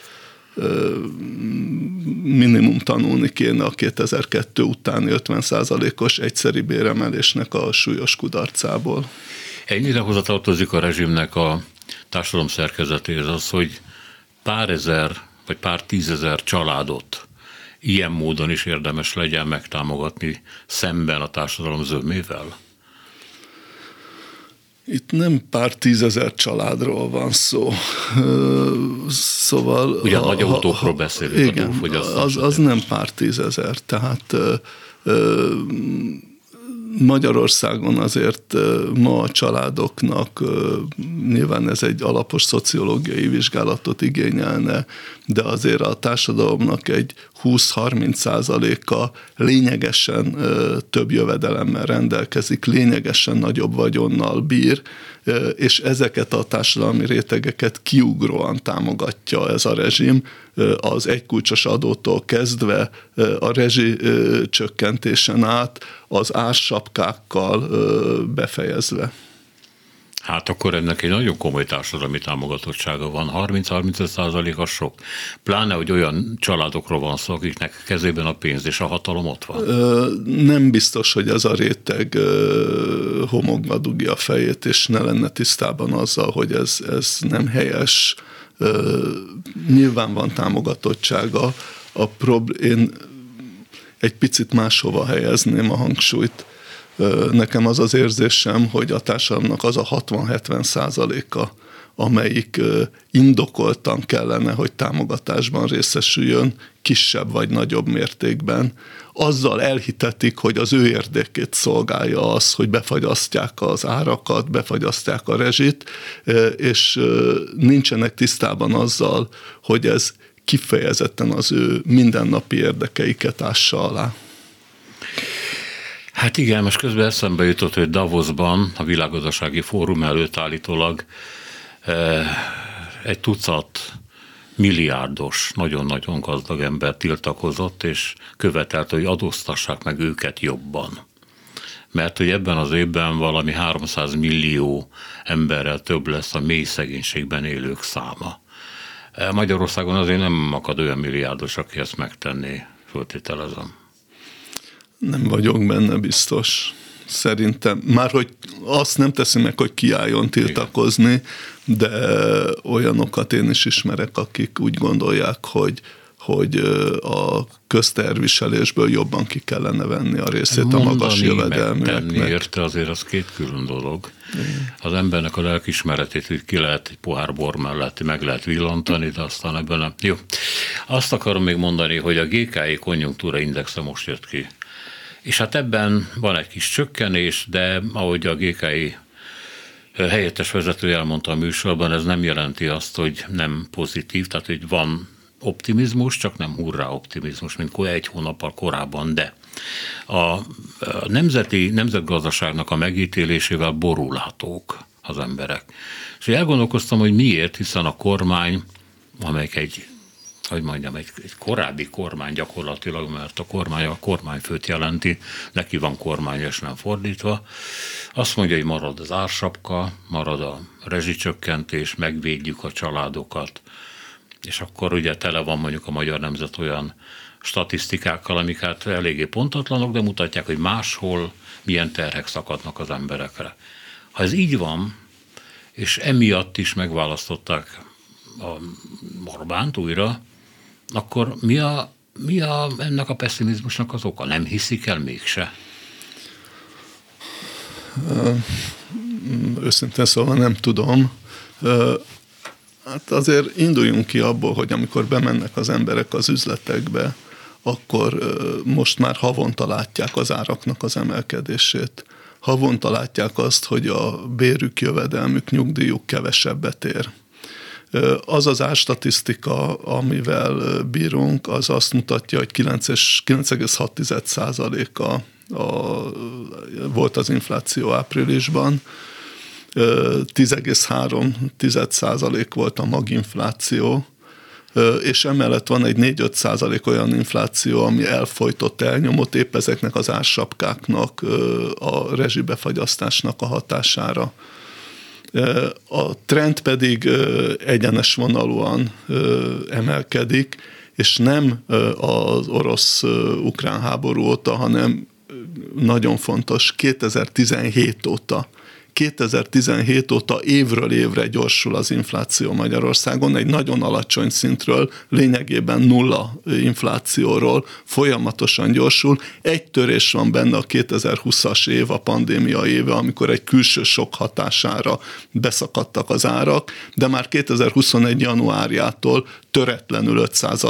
minimum tanulni kéne a kétezer-kettő utáni ötven százalékos egyszeri béremelésnek a súlyos kudarcából. Ennyire hozzátartozik a rezsimnek a társadalom szerkezetéhez az, hogy pár ezer vagy pár tízezer családot ilyen módon is érdemes legyen megtámogatni szemben a társadalom zömével? Itt nem pár tízezer családról van szó. Szóval... Ugyan nagy autókról beszélünk, igen, a túlfogyasztás. Az, az nem pár tízezer. Tehát Magyarországon azért ma a családoknak, nyilván ez egy alapos szociológiai vizsgálatot igényelne, de azért a társadalomnak egy húsz-harminc százaléka lényegesen több jövedelemmel rendelkezik, lényegesen nagyobb vagyonnal bír, és ezeket a társadalmi rétegeket kiugróan támogatja ez a rezsim, az egykulcsos adótól kezdve a rezsi csökkentésen át, az ársapkákkal befejezve. Hát akkor ennek egy nagyon komoly társadalmi támogatottsága van. harminc-harmincöt százalék az sok. Pláne, hogy olyan családokról van szó, akiknek kezében a pénz és a hatalom ott van. Nem biztos, hogy ez a réteg homokba dugja a fejét, és ne lenne tisztában azzal, hogy ez, ez nem helyes. Nyilván van támogatottsága. A prob- én egy picit máshova helyezném a hangsúlyt. Nekem az az érzésem, hogy a társadalomnak az a hatvan-hetven százaléka, amelyik indokoltan kellene, hogy támogatásban részesüljön, kisebb vagy nagyobb mértékben, azzal elhitetik, hogy az ő érdekét szolgálja az, hogy befagyasztják az árakat, befagyasztják a rezsit, és nincsenek tisztában azzal, hogy ez kifejezetten az ő mindennapi érdekeiket ássa alá. Hát igen, most közben eszembe jutott, hogy Davosban, a világgazdasági fórum előtt állítólag egy tucat milliárdos, nagyon-nagyon gazdag ember tiltakozott, és követelte, hogy adóztassák meg őket jobban. Mert hogy ebben az évben valami háromszáz millió emberrel több lesz a mély szegénységben élők száma. Magyarországon azért nem akad olyan milliárdos, aki ezt megtenné, föltételezem. Nem vagyok benne biztos. Szerintem, már hogy azt nem teszi meg, hogy kiálljon tiltakozni, de olyanokat én is ismerek, akik úgy gondolják, hogy, hogy a közterviselésből jobban ki kellene venni a részét mondani, a magas jövedelműeknek. Érte azért az két külön dolog. Igen. Az embernek a lelkismeretét, hogy ki lehet egy pohár bor mellett, meg lehet villantani, de aztán ebben nem. Jó. Azt akarom még mondani, hogy a gé ká i konjunktúra indexe most jött ki. És hát ebben van egy kis csökkenés, de ahogy a gé ká i helyettes vezető elmondta a műsorban, ez nem jelenti azt, hogy nem pozitív, tehát hogy van optimizmus, csak nem hurrá optimizmus, mint egy hónappal korábban, de a nemzeti, nemzetgazdaságnak a megítélésével borulátók az emberek. És elgondolkoztam, hogy miért, hiszen a kormány, amelyik egy hogy mondjam, egy, egy korábbi kormány gyakorlatilag, mert a kormány a kormányfőt jelenti, neki van kormány, és nem fordítva. Azt mondja, hogy marad az ársapka, marad a rezsicsökkentés, megvédjük a családokat, és akkor ugye tele van mondjuk a Magyar Nemzet olyan statisztikákkal, amik hát eléggé pontatlanok, de mutatják, hogy máshol milyen terhek szakadnak az emberekre. Ha ez így van, és emiatt is megválasztották a Orbánt újra, akkor mi a, mi a ennek a pessimizmusnak az oka? Nem hiszik el mégse? Őszintén szóval nem tudom. Hát azért induljunk ki abból, hogy amikor bemennek az emberek az üzletekbe, akkor most már havonta látják az áraknak az emelkedését. Havonta látják azt, hogy a bérük, jövedelmük, nyugdíjuk kevesebbet ér. Az az árstatisztika, amivel bírunk, az azt mutatja, hogy kilenc egész hat százaléka a, volt az infláció áprilisban, tíz egész három százalék volt a maginfláció, és emellett van egy négy-öt százalék olyan infláció, ami elfojtott, elnyomott épp ezeknek az ársapkáknak, a rezsibefagyasztásnak a hatására. A trend pedig egyenes vonalúan emelkedik, és nem az orosz-ukrán háború óta, hanem nagyon fontos, kétezer-tizenhét óta. kétezer-tizenhét óta évről évre gyorsul az infláció Magyarországon, egy nagyon alacsony szintről, lényegében nulla inflációról folyamatosan gyorsul. Egy törés van benne, a kétezer-húszas év, a pandémia éve, amikor egy külső sok hatására beszakadtak az árak, de már kétezer-huszonegy januárjától töretlenül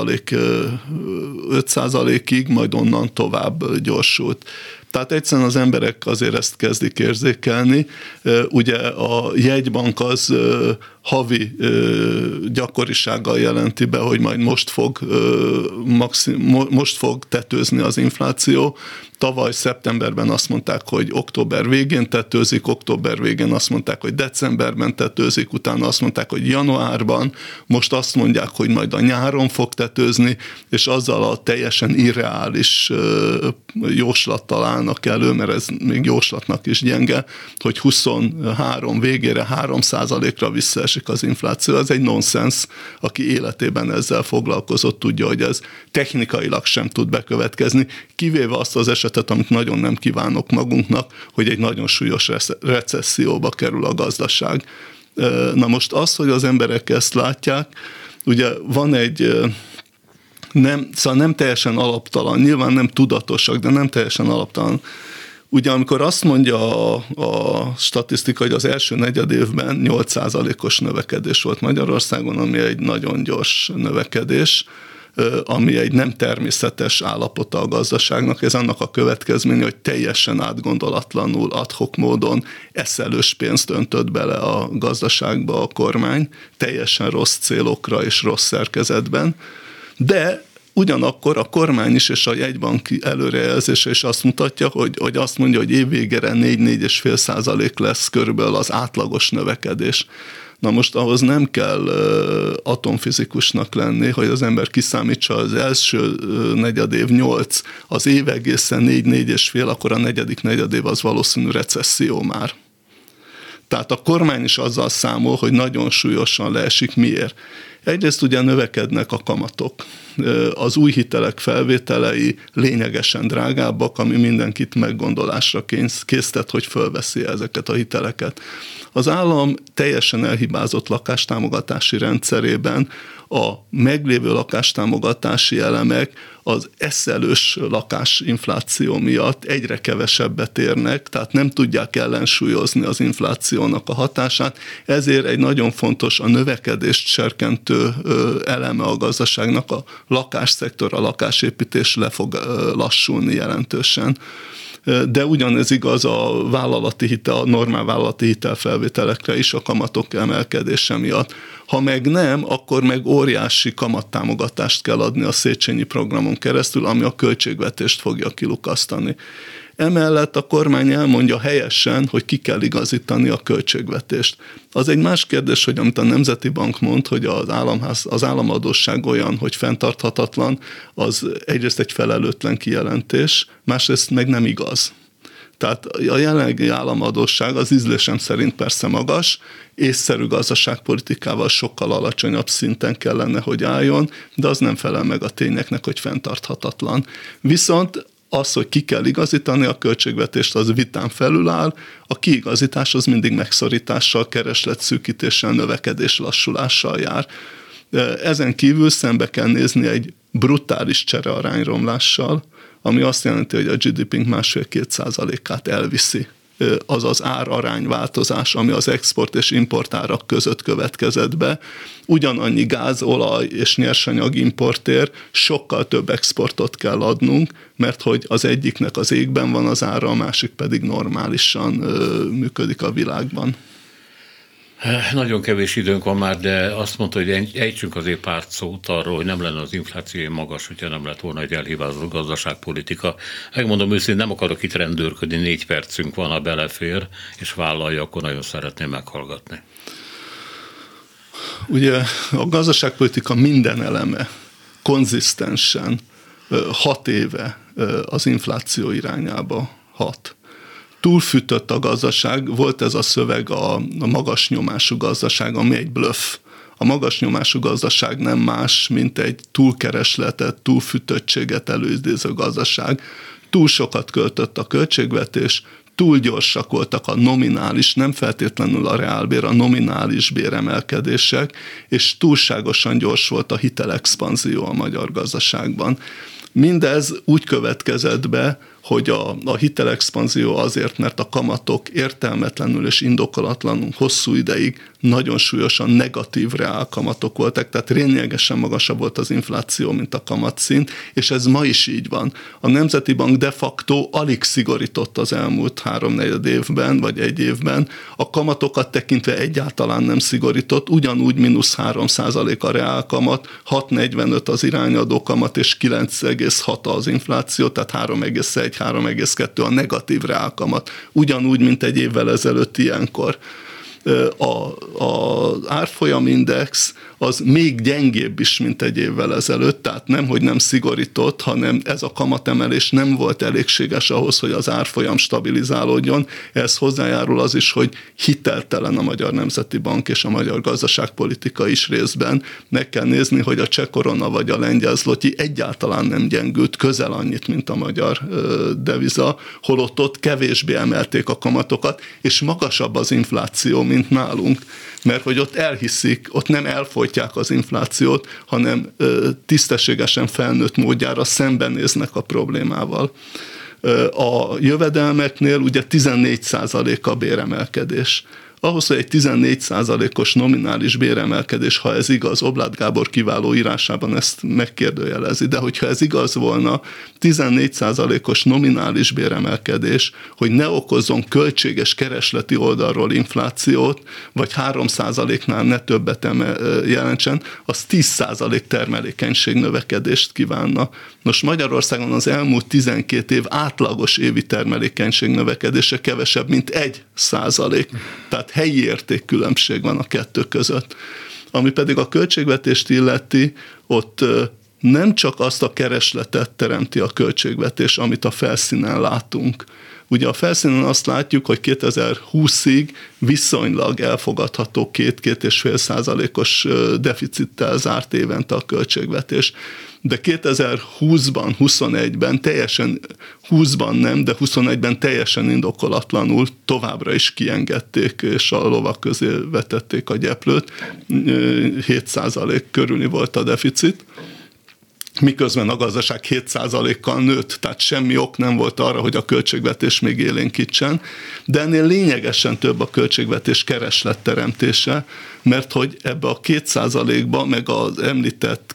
öt százalékig, majd onnan tovább gyorsult. Tehát egyszerűen az emberek azért ezt kezdik érzékelni. Ugye a jegybank az havi gyakorisággal jelenti be, hogy majd most fog, maxim, most fog tetőzni az infláció. Tavaly szeptemberben azt mondták, hogy október végén tetőzik, október végén azt mondták, hogy decemberben tetőzik, utána azt mondták, hogy januárban, most azt mondják, hogy majd a nyáron fog tetőzni, és azzal a teljesen irreális jóslattal állnak elő, mert ez még jóslatnak is gyenge, hogy huszonhárom végére három százalékra visszaesik az infláció. Ez egy nonsens, aki életében ezzel foglalkozott, tudja, hogy ez technikailag sem tud bekövetkezni, kivéve azt az esetet, amit nagyon nem kívánok magunknak, hogy egy nagyon súlyos recesszióba kerül a gazdaság. Na most az, hogy az emberek ezt látják, ugye van egy nem, szóval nem teljesen alaptalan, nyilván nem tudatosak, de nem teljesen alaptalan. Ugye amikor azt mondja a, a statisztika, hogy az első negyed évben nyolc százalékos növekedés volt Magyarországon, ami egy nagyon gyors növekedés, ami egy nem természetes állapota a gazdaságnak. Ez annak a következménye, hogy teljesen átgondolatlanul, ad hoc módon eszelős pénzt öntött bele a gazdaságba a kormány, teljesen rossz célokra és rossz szerkezetben, de ugyanakkor a kormány is és a jegybank előrejelzése is azt mutatja, hogy, hogy azt mondja, hogy évvégére négy-négy egész öt százalék lesz körülbelül az átlagos növekedés. Na most ahhoz nem kell atomfizikusnak lenni, hogy az ember kiszámítsa az első negyedév nyolc, az év egészen négy-négy és fél, akkor a negyedik negyedév az valószínű recesszió már. Tehát a kormány is azzal számol, hogy nagyon súlyosan leesik. Miért? Egyrészt ugye növekednek a kamatok. Az új hitelek felvételei lényegesen drágábbak, ami mindenkit meggondolásra késztet, hogy fölveszi ezeket a hiteleket. Az állam teljesen elhibázott lakástámogatási rendszerében a meglévő lakástámogatási elemek az eszelős lakásinfláció miatt egyre kevesebbet érnek, tehát nem tudják ellensúlyozni az inflációnak a hatását, ezért egy nagyon fontos a növekedést serkentő eleme a gazdaságnak, a lakásszektor, a lakásépítés le fog lassulni jelentősen. De ugyanez igaz a vállalati hitel, a normál vállalati hitelfelvételekre is a kamatok emelkedése miatt. Ha meg nem, akkor meg óriási kamattámogatást kell adni a Széchenyi programon keresztül, ami a költségvetést fogja kilukasztani. Emellett a kormány elmondja helyesen, hogy ki kell igazítani a költségvetést. Az egy más kérdés, hogy amit a Nemzeti Bank mond, hogy az, államház, az államadósság olyan, hogy fenntarthatatlan, az egyrészt egy felelőtlen kijelentés, másrészt meg nem igaz. Tehát a jelenlegi államadósság az ízlésem szerint persze magas, észszerű gazdaságpolitikával sokkal alacsonyabb szinten kellene, hogy álljon, de az nem felel meg a tényeknek, hogy fenntarthatatlan. Viszont az, hogy ki kell igazítani a költségvetést, az vitán felül áll, a kiigazítás az mindig megszorítással, keresletszűkítéssel, növekedés lassulással jár. Ezen kívül szembe kell nézni egy brutális cserearányromlással, ami azt jelenti, hogy a gé dé pé-nk másfél-két százalékát elviszi. Az az árarányváltozás, ami az export és importárak között következett be. Ugyanannyi gáz, olaj és nyersanyag importért sokkal több exportot kell adnunk, mert hogy az egyiknek az égben van az ára, a másik pedig normálisan működik a világban. Nagyon kevés időnk van már, de azt mondta, hogy ejtsünk azért pár szót arról, hogy nem lenne az infláció magas, hogyha nem lett volna egy elhibázott gazdaságpolitika. Megmondom őszintén, nem akarok itt rendőrködni, négy percünk van, ha belefér, és vállalja, akkor nagyon szeretném meghallgatni. Ugye a gazdaságpolitika minden eleme konzisztensen hat éve az infláció irányába hat. Túlfűtött a gazdaság, volt ez a szöveg a, a magas nyomású gazdaság, ami egy bluff. A magas nyomású gazdaság nem más, mint egy túlkeresletet, túlfűtöttséget előidéző gazdaság. Túl sokat költött a költségvetés, túl gyorsak voltak a nominális, nem feltétlenül a reálbér, a nominális béremelkedések, és túlságosan gyors volt a hitelexpanzió a magyar gazdaságban. Mindez úgy következett be, hogy a, a hitelexpanzió azért, mert a kamatok értelmetlenül és indokolatlanul hosszú ideig nagyon súlyosan negatív reálkamatok voltak, tehát lényegesen magasabb volt az infláció, mint a kamatszint, és ez ma is így van. A Nemzeti Bank de facto alig szigorított az elmúlt háromnegyed évben, vagy egy évben, a kamatokat tekintve egyáltalán nem szigorított, ugyanúgy mínusz három százalék a reálkamat, hat egész negyvenöt az irányadó kamat, és kilenc egész hat az infláció, tehát három egész egy három egész kettő a negatív reálkamat, ugyanúgy, mint egy évvel ezelőtt ilyenkor. A, a árfolyamindex az még gyengébb is, mint egy évvel ezelőtt, tehát nem, hogy nem szigorított, hanem ez a kamatemelés nem volt elégséges ahhoz, hogy az árfolyam stabilizálódjon. Ez hozzájárul az is, hogy hiteltelen a Magyar Nemzeti Bank és a magyar gazdaságpolitika is részben. Meg kell nézni, hogy a cseh korona vagy a lengyel zloty egyáltalán nem gyengült, közel annyit, mint a magyar deviza, holott ott kevésbé emelték a kamatokat, és magasabb az infláció, mint nálunk, mert hogy ott elhiszik, ott nem elfolytják az inflációt, hanem ö, tisztességesen felnőtt módjára szembenéznek a problémával. Ö, a jövedelmeknél ugye tizennégy százalék a béremelkedés. Ahhoz, hogy egy tizennégy százalékos nominális béremelkedés, ha ez igaz, Oblát Gábor kiváló írásában ezt megkérdőjelezi, de hogyha ez igaz volna, tizennégy százalékos nominális béremelkedés, hogy ne okozzon költséges keresleti oldalról inflációt, vagy három százaléknál ne többet jelentsen, az tíz százalék termelékenység növekedést kívánna. Nos, Magyarországon az elmúlt tizenkét év átlagos évi termelékenység növekedése kevesebb, mint egy százalék. Tehát helyi értékkülönbség van a kettő között. Ami pedig a költségvetést illeti, ott nem csak azt a keresletet teremti a költségvetés, amit a felszínen látunk. Ugye a felszínen azt látjuk, hogy kétezer-húszig viszonylag elfogadható két-két és fél százalékos deficittel zárt évente a költségvetés. De kétezer-húszban, huszonegyben teljesen, húszban nem, de huszonegyben teljesen indokolatlanul továbbra is kiengedték, és a lovak közé vetették a gyeplőt. hét százalék körüli volt a deficit, miközben a gazdaság hét százalékkal nőtt, tehát semmi ok nem volt arra, hogy a költségvetés még élénkítsen, de ennél lényegesen több a költségvetés keresletteremtése, mert hogy ebbe a két százalékba, meg az említett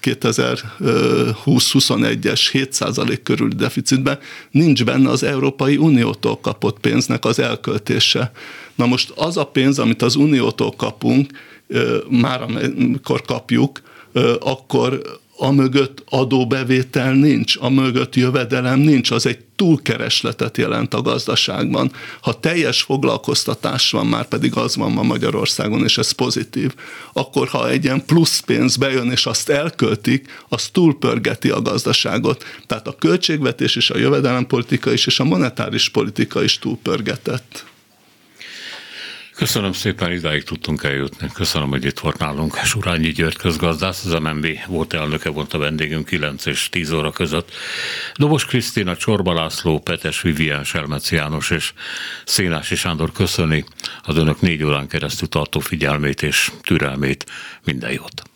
kétezer-húsz-huszonegyes hét százalék körüli deficitben nincs benne az Európai Uniótól kapott pénznek az elköltése. Na most az a pénz, amit az Uniótól kapunk, már amikor kapjuk, akkor amögött adóbevétel nincs, amögött jövedelem nincs, az egy túlkeresletet jelent a gazdaságban. Ha teljes foglalkoztatás van, már pedig az van ma Magyarországon, és ez pozitív, akkor ha egy ilyen plusz pénz bejön, és azt elköltik, az túlpörgeti a gazdaságot. Tehát a költségvetés és a jövedelempolitika is, és a monetáris politika is túlpörgetett. Köszönöm szépen, idáig tudtunk eljutni. Köszönöm, hogy itt volt nálunk Surányi György közgazdász, az em en bé volt elnöke, volt a vendégünk kilenc és tíz óra között. Dobos Krisztina, Csorba László, Petes Vivien, Selmeci János és Szénási Sándor köszöni az önök négy órán keresztül tartó figyelmét és türelmét. Minden jót!